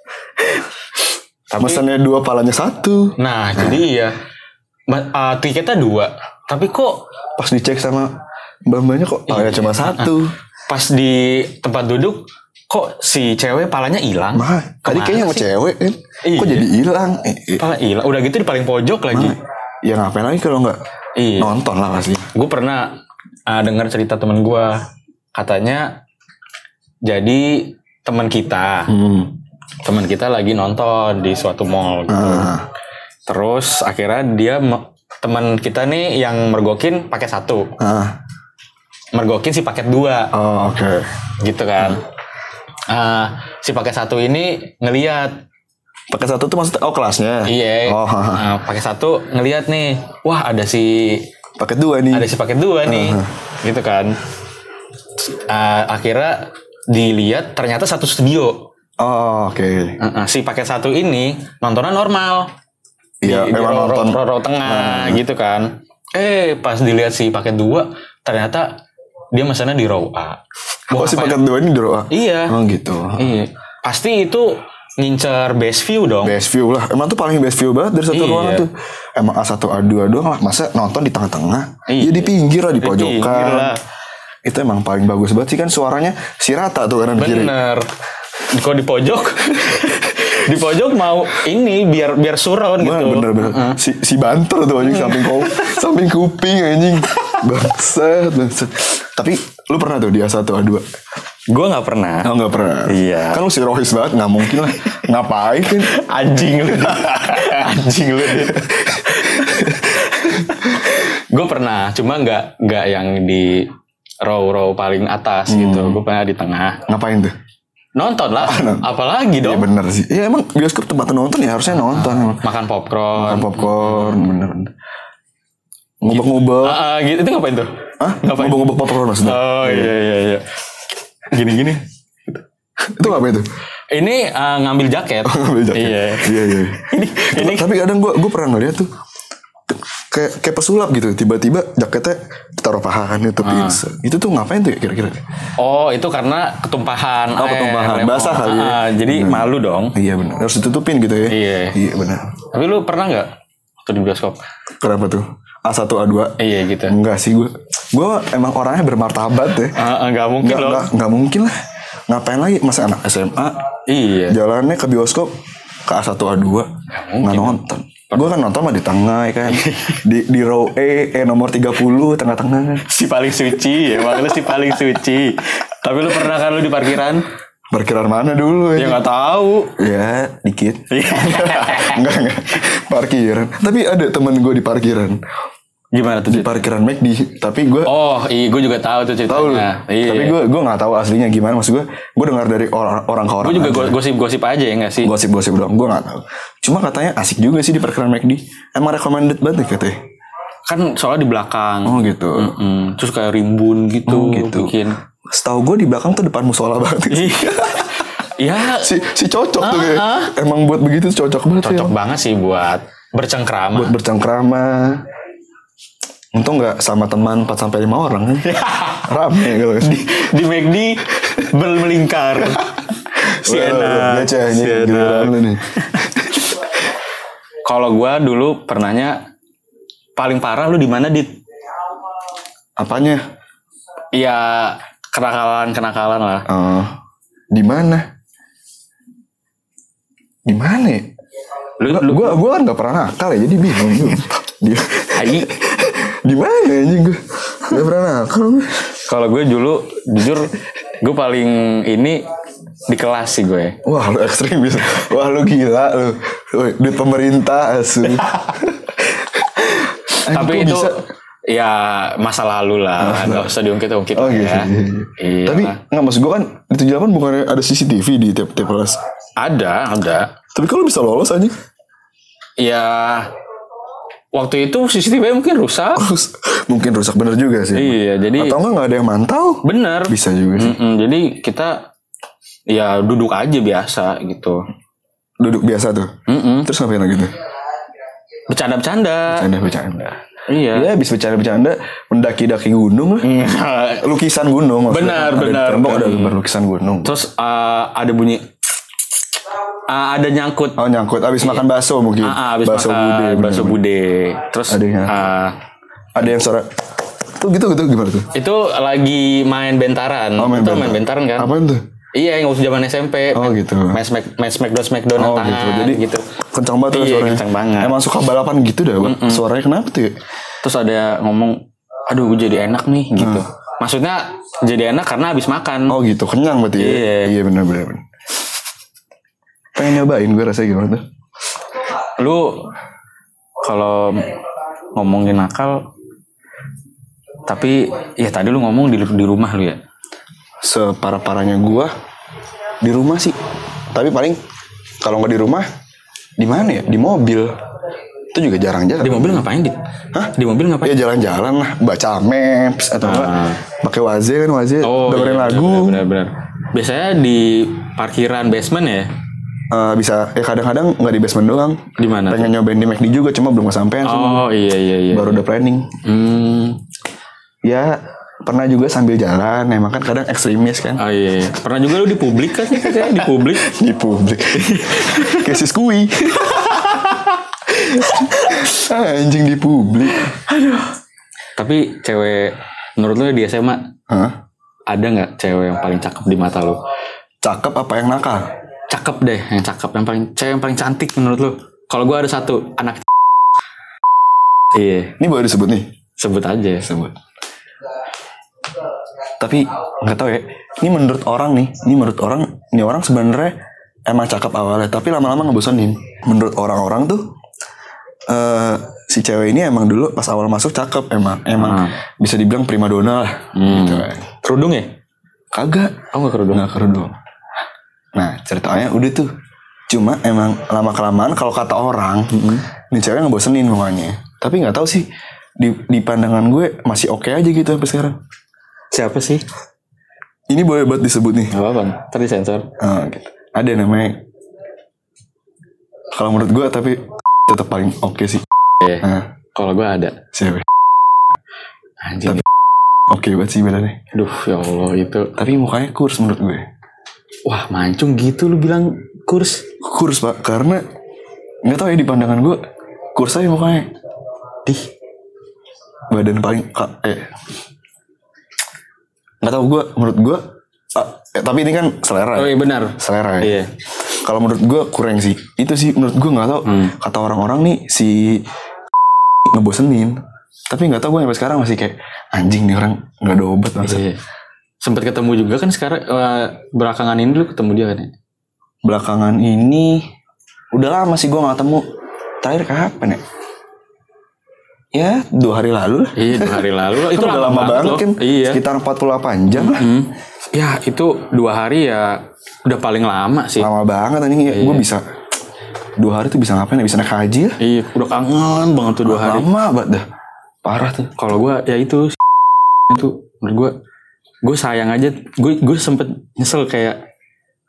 S2: Tapi-
S1: Mesennya dua palanya satu.
S2: Nah, jadi iya. Ma- uh, tiketnya dua. Tapi kok
S1: Pas dicek sama mbak-mbaknya kok palanya cuma satu.
S2: pas di tempat duduk kok si cewek palanya hilang?
S1: Mah, tadi
S2: Kemana
S1: kayaknya sama
S2: sih?
S1: cewek kan.
S2: Iya.
S1: Kok jadi hilang? Eh, eh.
S2: Pala hilang. Udah gitu di paling pojok lagi.
S1: Mah, ya ngapain lagi kalau nggak
S2: Iya.
S1: nonton lah pasti.
S2: Gue pernah uh, dengar cerita temen gue. Katanya jadi teman kita,
S1: Hmm.
S2: teman kita lagi nonton di suatu mall gitu.
S1: Ah.
S2: Terus akhirnya dia me- teman kita nih yang mergokin paket satu,
S1: Ah.
S2: mergokin si paket dua,
S1: Oh, oke.
S2: gitu kan. Ah, si paket satu ini ngelihat,
S1: Pakai satu tuh maksudnya oh kelasnya.
S2: iya,
S1: Oh,
S2: ah, paket satu ngelihat nih, wah ada si
S1: pakai dua nih.
S2: ada si paket dua nih,
S1: Uh-huh.
S2: gitu kan. Ah, akhirnya dilihat ternyata satu studio.
S1: Oh, oke.
S2: Ah, ah, si paket satu ini nontonnya normal.
S1: Iya,
S2: di, di
S1: memang
S2: row,
S1: nonton.
S2: row, row tengah
S1: Nah.
S2: gitu kan. Eh pas dilihat si paket dua ternyata dia mesennya di row A.
S1: Oh,
S2: Wah,
S1: si
S2: apa
S1: paket
S2: ya?
S1: dua ini di row A?
S2: Iya.
S1: Oh, gitu.
S2: Iya. Pasti itu ngincer best view dong.
S1: Best view lah. Emang tuh paling best view banget dari satu
S2: Iya.
S1: ruangan tuh. Emang A satu A dua doang lah. Masa nonton di tengah-tengah?
S2: Iya.
S1: Ya di pinggir lah, di
S2: Di pinggir
S1: pojokan.
S2: lah.
S1: Itu emang paling bagus banget sih kan suaranya si rata tuh kanan kiri.
S2: Bener. Kalau di pojok, di pojok mau ini biar biar surround gitu.
S1: Bener bener bener. Si si banter tuh anjing samping kau samping kuping anjing. Bangsat, bangsat. Tapi lu pernah tuh di A satu A dua?
S2: Gue nggak pernah.
S1: Oh nggak pernah.
S2: Iya.
S1: Kan lu si rohis banget, nggak mungkin lah. Ngapain kan?
S2: Anjing lu. Anjing lu. Gue pernah, cuma nggak nggak yang di row-row paling atas
S1: Hmm.
S2: gitu. Gue pernah di tengah.
S1: Ngapain tuh?
S2: Nonton lah. Apalagi
S1: Iya
S2: dong.
S1: bener sih. Ya emang bioskop tempat nonton ya harusnya nonton. Emang.
S2: Makan popcorn.
S1: Makan popcorn, bener bener. Ngubek-ngubek.
S2: Ah, ah, gitu. Itu ngapain tuh?
S1: Hah?
S2: Ngapain?
S1: Ngubek-ngubek popcorn maksudnya?
S2: Oh iya iya iya. Gini-gini.
S1: Itu ngapain tuh?
S2: Ini ah, ngambil jaket.
S1: Ngambil jaket.
S2: Iya.
S1: Iya iya.
S2: Ini ini
S1: Tapi kadang gue gue pernah ngeliat tuh kayak kayak pesulap gitu, tiba-tiba jaketnya taruh paha kan itu pins. Itu tuh ngapain tuh ya kira-kira?
S2: Oh, itu karena ketumpahan.
S1: Oh, ketumpahan.
S2: air,
S1: Basah kali ya.
S2: Ah, jadi
S1: Bener.
S2: malu dong.
S1: Iya benar. Harus ditutupin gitu ya.
S2: Iya.
S1: Iya benar.
S2: Tapi lu pernah nggak waktu di bioskop?
S1: Kenapa tuh? A satu A dua?
S2: Iya gitu.
S1: Enggak sih gue. Gue emang orangnya bermartabat ya.
S2: Ah, ah, nggak mungkin
S1: Enggak,
S2: loh.
S1: enggak, enggak mungkin lah. Ngapain lagi masa anak S M A
S2: Iya.
S1: jalannya ke bioskop ke A satu A dua nggak nonton. Gue kan nonton mah di tengah ya kan. Di di row E, eh nomor tiga puluh tengah-tengah.
S2: Si paling suci, emang lu si paling suci. Tapi lu pernah kan lu di parkiran?
S1: Parkiran mana dulu
S2: Ya
S1: ya?
S2: nggak tahu.
S1: Ya dikit. Enggak enggak. Parkiran. Tapi ada temen gue di parkiran.
S2: Gimana tuh?
S1: Di
S2: Cid?
S1: parkiran McD. Tapi gue
S2: Oh, iya, gue juga tahu tuh
S1: tahu.
S2: ceritanya. Iya.
S1: Tapi gue gue nggak tahu aslinya gimana. Maksud gue gue dengar dari orang orang ke orang.
S2: gue juga
S1: aja.
S2: go- gosip-gosip aja ya nggak sih?
S1: Gosip-gosip doang. Gue nggak tahu. Cuma katanya asik juga sih di parkiran McD. Emang recommended banget nih katanya.
S2: Kan soalnya di belakang.
S1: Oh gitu.
S2: Mm-mm. Terus kayak rimbun gitu.
S1: Oh, gitu.
S2: Bikin.
S1: Setahu gue di belakang tuh depan musola banget.
S2: Iya. Ya
S1: Si si cocok tuh
S2: Ah,
S1: kayak.
S2: ah.
S1: Emang buat begitu tuh cocok banget
S2: cocok
S1: ya.
S2: banget sih buat bercengkrama.
S1: Buat bercengkrama. Untung nggak sama teman empat sampai lima orang kan. Rame gitu.
S2: di di McD bel melingkar. Si enak.
S1: Baca
S2: Si
S1: ini giliran lu nih.
S2: Kalau gue dulu pernahnya paling parah lu di mana, Dit?
S1: Apanya?
S2: Ya kenakalan-kenakalan lah.
S1: Oh, di mana? Di mana? Ya?
S2: Lu,
S1: Gua-
S2: lu
S1: Gua gua kan nggak pernah nakal ya, jadi bingung juga. Di
S2: ai.
S1: di mana anjing gua? Nggak pernah nakal. Gua.
S2: Kalau gue dulu jujur gue paling ini di kelas sih gue.
S1: Wah, lu ekstremis. Wah, lu gila lu. Woi, duit pemerintah asu.
S2: Tapi itu ya masa lalu lah, nggak usah diungkit-ungkit
S1: Oh
S2: lah
S1: gitu.
S2: ya. Iya.
S1: Tapi nggak, maksud gue kan di tujuh delapan bukannya ada C C T V di tiap tiap kelas.
S2: ada, ada.
S1: Tapi kalau bisa lolos aja.
S2: Ya waktu itu C C T V mungkin rusak.
S1: Terus mungkin rusak, bener juga sih.
S2: Iya, jadi
S1: Atau enggak nggak ada yang mantau.
S2: bener.
S1: Bisa juga sih.
S2: Mm-mm, jadi kita ya duduk aja biasa gitu.
S1: Duduk biasa tuh.
S2: Mm-mm.
S1: Terus ngapain lagi tuh?
S2: Bercanda-bercanda.
S1: Bercanda-bercanda.
S2: Iya.
S1: Ya bisa bercanda-bercanda, mendaki-daki gunung lah. Lukisan gunung maksudnya.
S2: Benar,
S1: Ada di
S2: benar.
S1: tembok ada gambar lukisan gunung.
S2: Terus uh, ada bunyi uh, ada nyangkut.
S1: Oh nyangkut, abis makan bakso mungkin.
S2: Ah, ah, abis
S1: bakso
S2: makan
S1: bude.
S2: bakso
S1: bener-bener.
S2: bude. Terus
S1: Ada yang nyangkut.
S2: uh,
S1: Ada yang suara tuh gitu gitu gimana tuh?
S2: itu lagi main bentaran.
S1: Oh, main
S2: itu
S1: bentar.
S2: main bentaran kan?
S1: Apaan tuh?
S2: Iya, yang waktu zaman S M P.
S1: Oh gitu.
S2: Main smack, main smackdown smackdown
S1: Oh
S2: tangan
S1: gitu. Jadi
S2: gitu.
S1: kencang banget tuh
S2: Iya,
S1: suaranya.
S2: kencang banget.
S1: Emang suka balapan gitu dah. Mm Suaranya kenapa tuh ya?
S2: Terus ada ngomong, aduh gue jadi enak nih gitu. Maksudnya jadi enak karena habis makan.
S1: Oh gitu, kenyang berarti ya?
S2: Iya.
S1: Iya bener bener, bener. Pengen nyobain gue rasanya gimana tuh?
S2: Lu kalau ngomongin nakal, tapi ya tadi lu ngomong di di rumah lu ya.
S1: Separah-parahnya gue di rumah sih. Tapi paling kalau nggak di rumah, di mana ya? Di mobil. Itu juga jarang-jarang.
S2: Di mobil ngapain, Dit?
S1: Hah?
S2: Di mobil ngapain?
S1: Ya jalan-jalan lah, baca maps atau enggak
S2: Ah.
S1: pakai waze kan, waze dengerin
S2: iya,
S1: lagu.
S2: benar-benar. Biasanya di parkiran basement ya?
S1: Eh, bisa ya kadang-kadang nggak di basement doang.
S2: Di mana?
S1: Pengen nyobain di McD juga, cuma belum kesampean sih.
S2: Oh iya iya iya.
S1: Baru udah planning.
S2: Hmm.
S1: Ya pernah juga sambil jalan, emang kan kadang ekstremis kan.
S2: Oh iya, iya. Pernah juga lu di publik kan? Katanya di publik.
S1: Di publik. Kayak si Skui. Anjing di publik.
S2: Tapi cewek menurut lu di S M A
S1: Hah?
S2: ada nggak cewek yang paling cakep di mata lu?
S1: Cakep apa yang nakal?
S2: Cakep deh, yang cakep, yang paling cewek yang paling cantik menurut lu. Kalau gua ada satu anak. Iya,
S1: Ini boleh disebut nih.
S2: sebut aja.
S1: Sebut. Tapi nggak tahu ya. Ini menurut orang nih. Ini menurut orang. Ini orang sebenarnya emang cakep awalnya. Tapi lama-lama ngebosenin. Menurut orang-orang tuh. eh si cewek ini emang dulu pas awal masuk cakep. Emang. Emang
S2: Hmm.
S1: bisa dibilang primadona lah.
S2: Hmm.
S1: Gitu.
S2: Kerudung ya?
S1: Kagak.
S2: Oh nggak kerudung.
S1: Nggak kerudung. Nah ceritanya udah tuh. Cuma emang lama-kelamaan kalau kata orang. Ini cewek ngebosenin pokoknya. Tapi nggak tahu sih. Di, di pandangan gue masih oke aja gitu sampai sekarang.
S2: Siapa sih?
S1: Ini boleh buat disebut nih.
S2: Gak apa-apa, tadi sensor.
S1: Oh, gitu. Ada namanya. Kalau menurut gue tapi tetap paling oke sih.
S2: Iya.
S1: Nah,
S2: Kalau gue ada.
S1: siapa?
S2: Anjing.
S1: Tapi- Oke banget sih badannya.
S2: Aduh ya Allah itu.
S1: Tapi mukanya kurs menurut gue.
S2: Wah mancung gitu lu bilang kurs.
S1: Kurs pak, karena nggak tahu ya di pandangan gue kurs aja mukanya.
S2: Dih.
S1: Badan paling ka- eh nggak tahu gue, menurut gue. ah, eh, tapi ini kan selera.
S2: Oh
S1: ya.
S2: iya benar.
S1: Selera ya.
S2: Iya.
S1: Kalau menurut gue kurang sih. Itu sih menurut gue nggak tahu.
S2: Hmm.
S1: Kata orang-orang nih si ngebosenin. Tapi nggak tahu gue sampai sekarang masih kayak anjing nih orang nggak ada obat maksud.
S2: Iya. Sempat ketemu juga kan sekarang eh, belakangan ini lu ketemu dia kan ya?
S1: Belakangan ini udah lama sih gue nggak ketemu. Terakhir kapan ya? Ya dua hari lalu lah.
S2: Iya dua hari lalu.
S1: Itu udah lama banget
S2: loh.
S1: kan.
S2: Iya.
S1: Sekitar empat puluh delapan jam lah.
S2: Hmm. Ya itu dua hari ya udah paling lama sih.
S1: Lama banget anjing. Ya, gue bisa dua hari tuh bisa ngapain ya? Bisa naik haji ya.
S2: Iya udah kangen banget tuh dua hari.
S1: Lama banget dah. Parah tuh.
S2: Kalau gue ya itu itu menurut gue gue sayang aja. Gue gue sempet nyesel kayak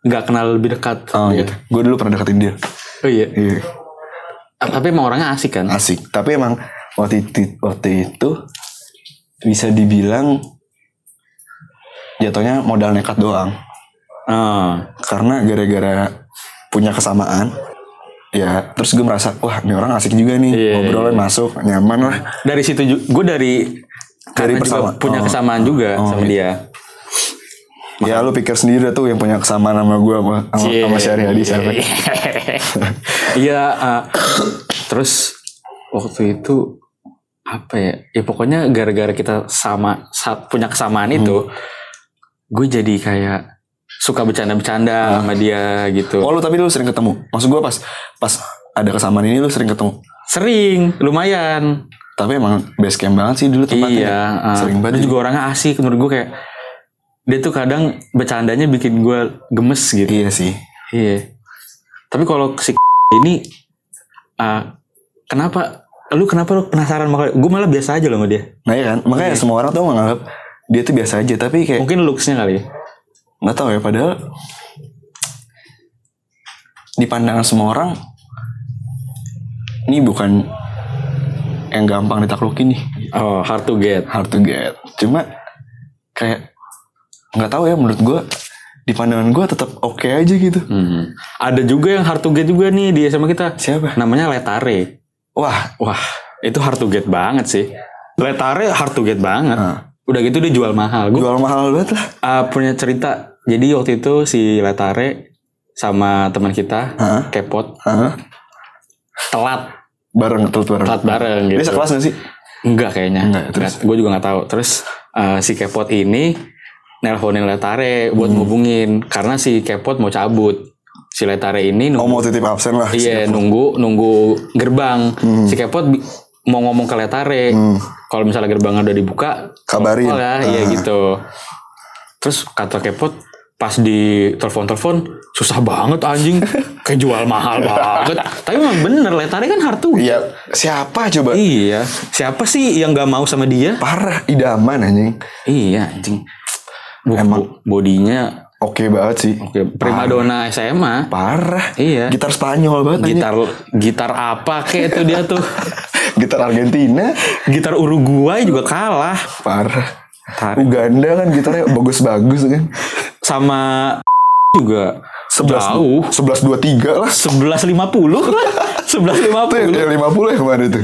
S2: nggak kenal lebih dekat.
S1: Oh gitu. Gue dulu pernah deketin dia.
S2: Oh iya.
S1: Iya.
S2: Tapi emang orangnya asik kan?
S1: Asik. Tapi emang waktu itu, waktu itu bisa dibilang jatuhnya modal nekat doang.
S2: Oh.
S1: Karena gara-gara punya kesamaan. Ya, terus gue merasa, wah ini orang asik juga nih, yeah, ngobrolnya yeah. masuk, nyaman lah.
S2: Dari situ juga, gue dari
S1: dari persama,
S2: punya
S1: oh.
S2: kesamaan juga oh, sama iya. dia.
S1: Ya lu pikir sendiri tuh yang punya kesamaan sama gue sama, yeah. sama Syahri Hadi siapa?
S2: Iya, uh, terus waktu itu apa ya? Ya pokoknya gara-gara kita sama punya kesamaan hmm. itu, gue jadi kayak suka bercanda-bercanda ah. sama dia gitu.
S1: Oh lu tapi lu sering ketemu? Maksud gue pas pas ada kesamaan ini lu sering ketemu?
S2: Sering, lumayan.
S1: Tapi emang base camp banget sih dulu tempatnya.
S2: Iya. Uh,
S1: sering banget.
S2: Dia juga orangnya asik menurut gue kayak. Dia tuh kadang bercandanya bikin gue gemes gitu.
S1: Iya sih.
S2: Iya. Tapi kalau si ini. Uh, kenapa? Lu kenapa lu penasaran sama gue? Gue malah biasa aja loh sama dia.
S1: Nah iya kan? Makanya iya. semua orang tuh menganggap dia tuh biasa aja. Tapi kayak.
S2: Mungkin looksnya kali ya.
S1: Nggak tahu ya, padahal di pandangan semua orang ini bukan yang gampang ditaklukin nih.
S2: Oh, hard to get,
S1: hard to get. Cuma kayak nggak tahu ya, menurut gue di pandangan gue tetap oke okay aja gitu.
S2: Hmm. Ada juga yang hard to get juga nih di sama kita.
S1: Siapa?
S2: Namanya Letare.
S1: Wah,
S2: wah, itu hard to get banget sih. Letare hard to get banget.
S1: Hmm.
S2: Udah gitu dia jual mahal.
S1: Gua, jual mahal banget lah.
S2: Uh, punya cerita. Jadi waktu itu si Letare sama teman kita, huh? Kepot,
S1: huh?
S2: telat.
S1: Bareng, telat bareng.
S2: Telat bareng gitu.
S1: Dia sekelas gak sih?
S2: Enggak kayaknya.
S1: Enggak, terus?
S2: Gue juga gak tahu. Terus uh, si Kepot ini nelponin Letare buat hmm. ngubungin. Karena si Kepot mau cabut. Si Letare ini nunggu.
S1: Oh mau titip absen lah.
S2: Iya, si nunggu, nunggu gerbang. Hmm. Si Kepot bi- mau ngomong ke Letare. Hmm. Kalau misalnya gerbang udah dibuka,
S1: kabarin.
S2: Oh ya, iya uh. gitu. Terus kata Kepot, pas di telepon-telepon susah banget anjing, kayak jual mahal banget. Tapi memang bener, Letare kan hard to get.
S1: Iya, siapa coba?
S2: Iya, siapa sih yang nggak mau sama dia?
S1: Parah, idaman anjing.
S2: Iya anjing.
S1: Emang
S2: bodinya
S1: oke okay banget sih.
S2: Oke, okay. Primadona S M A.
S1: Parah.
S2: Iya.
S1: Gitar Spanyol banget.
S2: Gitar anjing. Gitar apa kayak itu dia tuh?
S1: Gitar Argentina,
S2: gitar Uruguay juga kalah.
S1: Parah.
S2: Tarik.
S1: Uganda kan gitarnya bagus-bagus kan.
S2: Sama juga jauh
S1: sebelas dua tiga lah,
S2: sebelas lima puluh lah, sebelas lima puluh.
S1: Yang lima puluh yang mana itu?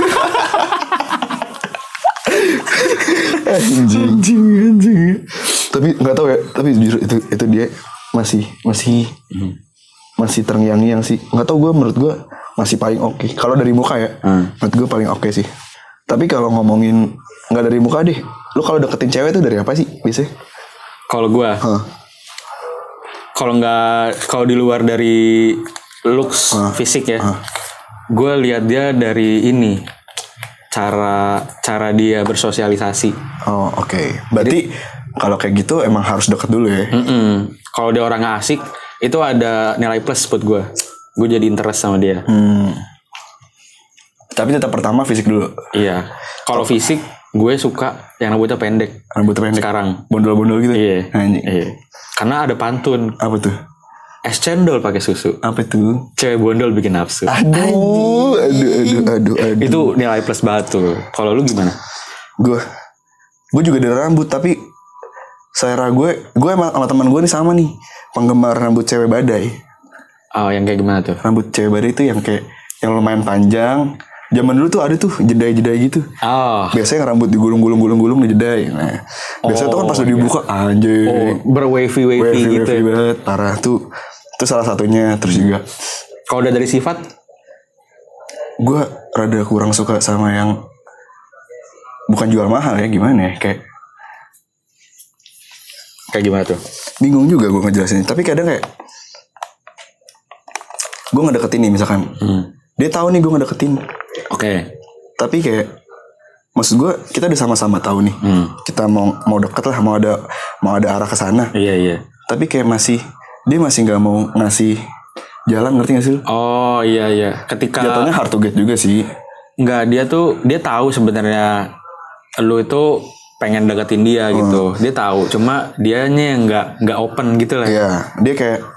S1: anjing, anjing, anjing. Tapi nggak tahu ya. Tapi jujur itu itu dia masih masih hmm. masih terngiang-ngiang sih. Nggak tahu gue, menurut gue masih paling oke. Okay. Kalau dari muka ya, hmm. menurut gue paling oke okay sih. Tapi kalau ngomongin nggak dari muka deh, lu kalau deketin cewek tuh dari apa sih biasanya?
S2: Kalau gue, huh. kalau nggak, kalau di luar dari looks huh. fisik ya, huh. gue lihat dia dari ini, cara cara dia bersosialisasi.
S1: Oh oke, okay. Berarti kalau kayak gitu emang harus deket dulu ya?
S2: Kalau dia orang asik, itu ada nilai plus buat gue. Gue jadi interest sama dia.
S1: Hmm. Tapi tetap pertama fisik dulu.
S2: Iya. Kalau fisik, gue suka yang rambutnya pendek.
S1: Rambutnya pendek.
S2: Sekarang.
S1: Bondol-bondol gitu.
S2: Iya.
S1: Nah,
S2: iya. Karena ada pantun.
S1: Apa tuh?
S2: Es cendol pakai susu.
S1: Apa tuh?
S2: Cewek bondol bikin nafsu.
S1: Aduh, aduh, aduh, aduh, aduh.
S2: Itu nilai plus banget tuh. Kalau lu gimana?
S1: Gue, gue juga dari rambut, tapi selera gue, gue emang sama teman gue nih sama nih, penggemar rambut cewek badai.
S2: Oh, yang kayak gimana tuh?
S1: Rambut cewek badai itu yang kayak yang lumayan panjang. Zaman dulu tuh ada tuh jedai-jedai gitu.
S2: Oh.
S1: Biasanya rambut digulung-gulung-gulung-gulung di jedai. Nah, biasanya oh, tuh kan pas udah dibuka anjing.
S2: Oh, berwavy-wavy gitu.
S1: Wavy banget, parah tuh. Itu salah satunya. Terus juga
S2: kalau udah dari sifat,
S1: gue rada kurang suka sama yang bukan jual mahal ya, gimana ya, kayak
S2: kayak gimana tuh?
S1: Bingung juga gue ngejelasin. Tapi kadang kayak gue ngedeketin nih misalkan. Hmm. Dia tahu nih gue ngedeketin.
S2: Oke. Okay.
S1: Tapi kayak maksud gue kita udah sama-sama tahu nih. Hmm. Kita mau mau deket lah, mau ada mau ada arah ke sana.
S2: Iya, iya.
S1: Tapi kayak masih dia masih enggak mau ngasih jalan, ngerti gak sih?
S2: Oh, iya iya. Ketika
S1: jatuhnya hard to get juga sih.
S2: Enggak, dia tuh dia tahu sebenarnya lu itu pengen deketin dia gitu. Hmm. Dia tahu, cuma dianya yang enggak enggak open gitu lah.
S1: Iya, dia kayak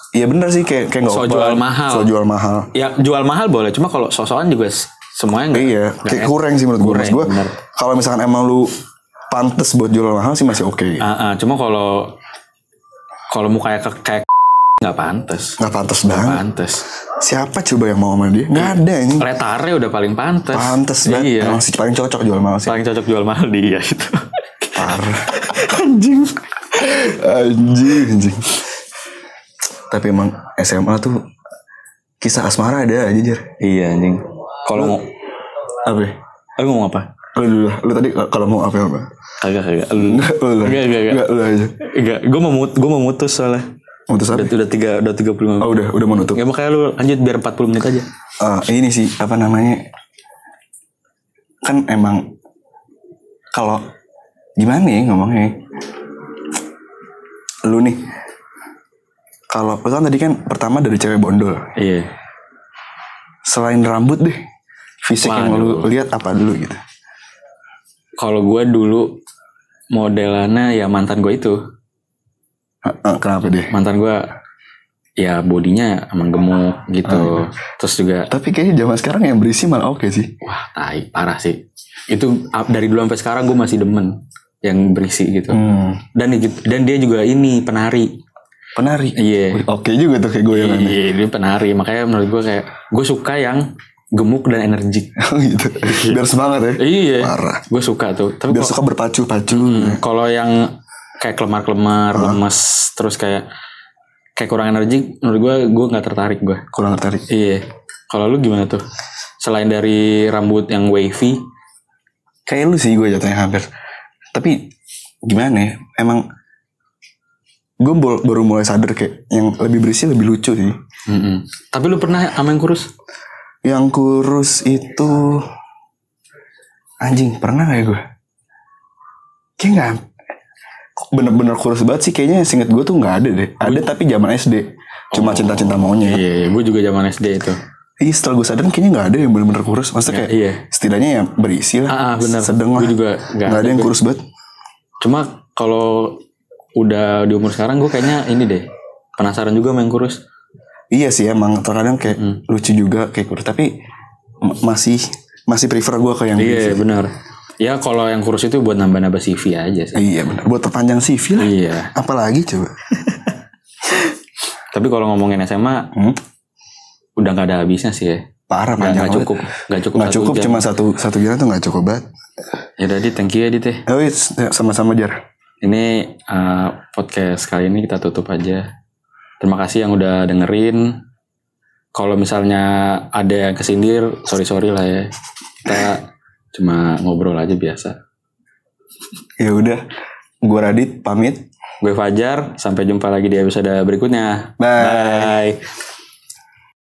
S1: Iya bener sih kayak kayak nggak
S2: So
S1: open,
S2: jual mahal.
S1: So jual mahal.
S2: Ya jual mahal boleh, cuma kalau sosokan juga s- semuanya nggak.
S1: Iya,
S2: nggak
S1: kayak
S2: enak.
S1: kurang sih menurut gue.
S2: Kurang,
S1: Mas gue,
S2: bener.
S1: kalau misalkan emang lu pantes buat jual mahal sih masih oke.
S2: Ah, ah, cuma kalau kalau mau kayak ke- kayak nggak pantas.
S1: Nggak pantas
S2: Nggak
S1: banget.
S2: pantas.
S1: Siapa coba yang mau sama dia? Nggak ada ini.
S2: Letare udah paling pantas.
S1: Pantes banget.
S2: Iya.
S1: Emang sih paling cocok jual mahal sih.
S2: Paling cocok jual mahal dia itu.
S1: Parah. Anjing. Anjing, anjing. Tapi emang S M A tuh kisah asmara ada aja, Jar.
S2: Iya anjing. Kalau mau,
S1: Apa ya?
S2: lu ngomong apa?
S1: Lu dulu lah. Lu tadi kalau mau apa apa?
S2: Kagak kagak. Lu
S1: Enggak, lu lah.
S2: Enggak, enggak, enggak.
S1: Enggak, lu aja.
S2: enggak. Gue mau mut, gue mau mutus soalnya.
S1: Mutus apa?
S2: Udah udah tiga udah tiga puluh lima.
S1: Oh udah, udah mau nutup.
S2: Ya makanya lu lanjut biar empat puluh menit aja.
S1: Ah, ini sih apa namanya? Kan emang kalau gimana ya ngomongnya? Lu nih, kalau lu kan tadi kan pertama dari cewek bondol.
S2: Iya.
S1: Selain rambut deh, fisik yang lu
S2: Waduh.
S1: lihat apa dulu gitu?
S2: Kalau gue dulu modelannya ya mantan gue itu.
S1: Ah, ah, kenapa deh?
S2: Mantan gue ya bodinya emang gemuk gitu. Terus juga
S1: Tapi kayaknya zaman sekarang yang berisi malah oke sih.
S2: wah tai parah sih. Itu up- dari dulu sampai sekarang gue masih demen yang berisi gitu.
S1: Hmm.
S2: Dan dan dia juga ini penari.
S1: Penari.
S2: Iya.
S1: Wih, oke juga tuh kayak goyangannya.
S2: Iya, dia penari. Makanya menurut gue kayak gue suka yang gemuk dan energik.
S1: Oh gitu. Biar semangat ya.
S2: Iya.
S1: Parah.
S2: Gue suka tuh. Tapi
S1: Biar
S2: kok-
S1: suka berpacu-pacu.
S2: Hmm, kalau yang kayak kelemar-kelemar, lemes, terus kayak kayak kurang energi, menurut gue gue nggak tertarik gue.
S1: Kurang tertarik.
S2: Iya. Kalau lu gimana tuh? Selain dari rambut yang wavy,
S1: Kayak lu sih gue jatuhnya hampir. Tapi gimana ya? Emang gue bol- baru mulai sadar kayak yang lebih berisi lebih lucu sih.
S2: mm-mm. Tapi lu pernah sama yang kurus?
S1: Yang kurus itu anjing pernah gak ya gue? Kayak nggak. Kok bener-bener kurus banget sih kayaknya. Seinget gue tuh nggak ada deh. Ada tapi zaman S D. Cuma
S2: Oh.
S1: cinta-cinta monyet.
S2: Iya, gue juga zaman S D itu.
S1: Iya setelah gue sadar kayaknya nggak ada yang bener-bener kurus. Maksudnya kayak
S2: Iya.
S1: setidaknya ya berisi lah.
S2: Ah, ah, bener.
S1: Sedang lah.
S2: Gue juga nggak
S1: Nggak ada
S2: ada
S1: yang
S2: gue.
S1: kurus banget.
S2: Cuma kalau udah di umur sekarang gue kayaknya ini deh penasaran juga sama yang kurus.
S1: Iya sih emang terkadang kayak
S2: Hmm.
S1: lucu juga kayak kurus. Tapi m- masih masih prefer gue ke yang
S2: Iya
S1: berisi.
S2: benar. Ya kalau yang kurus itu buat nambah-nambah C V aja sih.
S1: Iya benar. Buat perpanjang C V lah.
S2: Iya.
S1: Apalagi coba.
S2: Tapi kalau ngomongin S M A
S1: Hmm?
S2: udah nggak ada habisnya sih ya.
S1: Parah
S2: Nggak,
S1: panjang
S2: nggak
S1: banget.
S2: cukup, nggak cukup.
S1: Nggak
S2: satu
S1: cukup
S2: jam.
S1: cuma satu satu jam tuh nggak cukup banget.
S2: Ya udah Dit, thank you ya Dit ya.
S1: Oh iya, sama-sama Jar.
S2: Ini uh, podcast kali ini kita tutup aja. Terima kasih yang udah dengerin. Kalau misalnya ada yang kesindir, sorry sorry lah ya. Kita cuma ngobrol aja biasa.
S1: Ya udah, gue Radit pamit.
S2: Gue Fajar, sampai jumpa lagi di episode berikutnya.
S1: Bye.
S2: Bye.